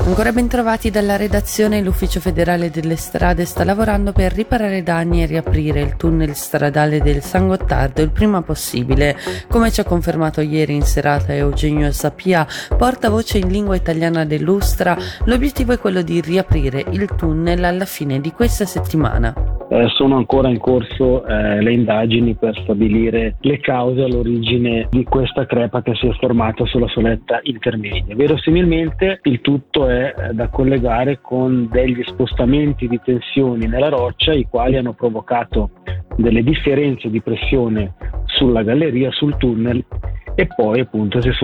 Ancora ben trovati dalla redazione. L'Ufficio Federale delle Strade sta lavorando per riparare danni e riaprire il tunnel stradale del San Gottardo il prima possibile. Come ci ha confermato ieri in serata Eugenio Sapia, portavoce in lingua italiana dell'Ustra, l'obiettivo è quello di riaprire il tunnel alla fine di questa settimana. Sono ancora in corso le indagini per stabilire le cause all'origine di questa crepa che si è formata sulla soletta intermedia. Verosimilmente il tutto è da collegare con degli spostamenti di tensioni nella roccia, i quali hanno provocato delle differenze di pressione sulla galleria, sul tunnel, e poi appunto si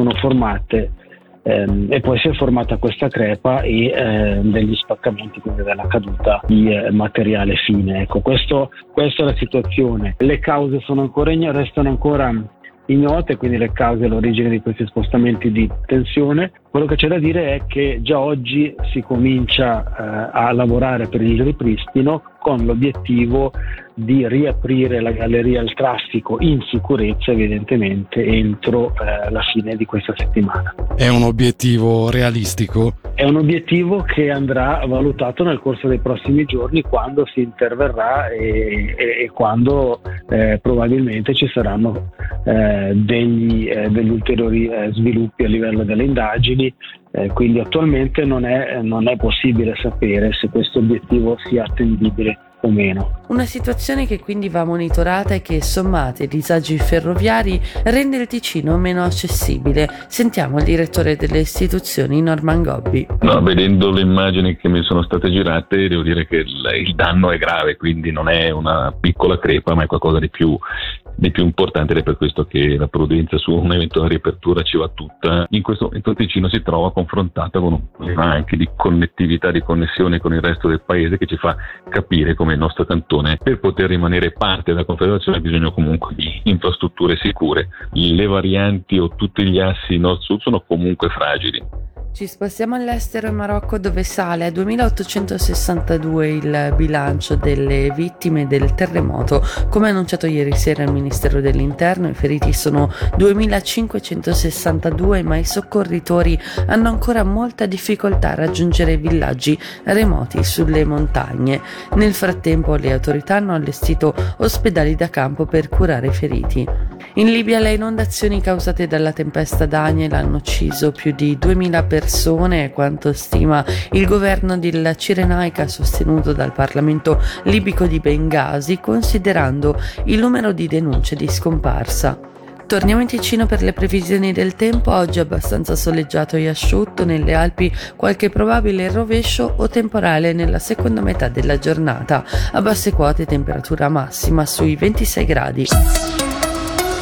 è formata questa crepa e degli spaccamenti, quindi della caduta di materiale fine. Ecco, questa è la situazione. Le cause restano ancora ignote, quindi le cause e l'origine di questi spostamenti di tensione. Quello che c'è da dire è che già oggi si comincia a lavorare per il ripristino, con l'obiettivo di riaprire la galleria al traffico in sicurezza, evidentemente entro la fine di questa settimana. È un obiettivo realistico? È un obiettivo che andrà valutato nel corso dei prossimi giorni, quando si interverrà e quando probabilmente ci saranno degli ulteriori sviluppi a livello delle indagini. Quindi attualmente non è possibile sapere se questo obiettivo sia attendibile o meno. Una situazione che quindi va monitorata e che, sommate ai disagi ferroviari, rende il Ticino meno accessibile. Sentiamo il direttore delle istituzioni, Norman Gobbi. Vedendo le immagini che mi sono state girate, devo dire che il danno è grave, quindi non è una piccola crepa, ma è qualcosa di più importante, ed è per questo che la prudenza su un'eventuale riapertura ci va tutta. In questo momento il Ticino si trova confrontata con un problema anche di connettività, di connessione con il resto del paese, che ci fa capire come il nostro cantone, per poter rimanere parte della Confederazione, ha bisogno comunque di infrastrutture sicure. Le varianti o tutti gli assi nord-sud sono comunque fragili. Ci spostiamo all'estero, in Marocco, dove sale a 2.862 il bilancio delle vittime del terremoto. Come annunciato ieri sera il Ministero dell'Interno, i feriti sono 2.562, ma i soccorritori hanno ancora molta difficoltà a raggiungere villaggi remoti sulle montagne. Nel frattempo le autorità hanno allestito ospedali da campo per curare i feriti. In Libia le inondazioni causate dalla tempesta Daniel hanno ucciso più di 2.000 persone, quanto stima il governo della Cirenaica sostenuto dal Parlamento libico di Bengasi, considerando il numero di denunce di scomparsa. Torniamo in Ticino per le previsioni del tempo. Oggi è abbastanza soleggiato e asciutto, nelle Alpi qualche probabile rovescio o temporale nella seconda metà della giornata. A basse quote temperatura massima sui 26 gradi.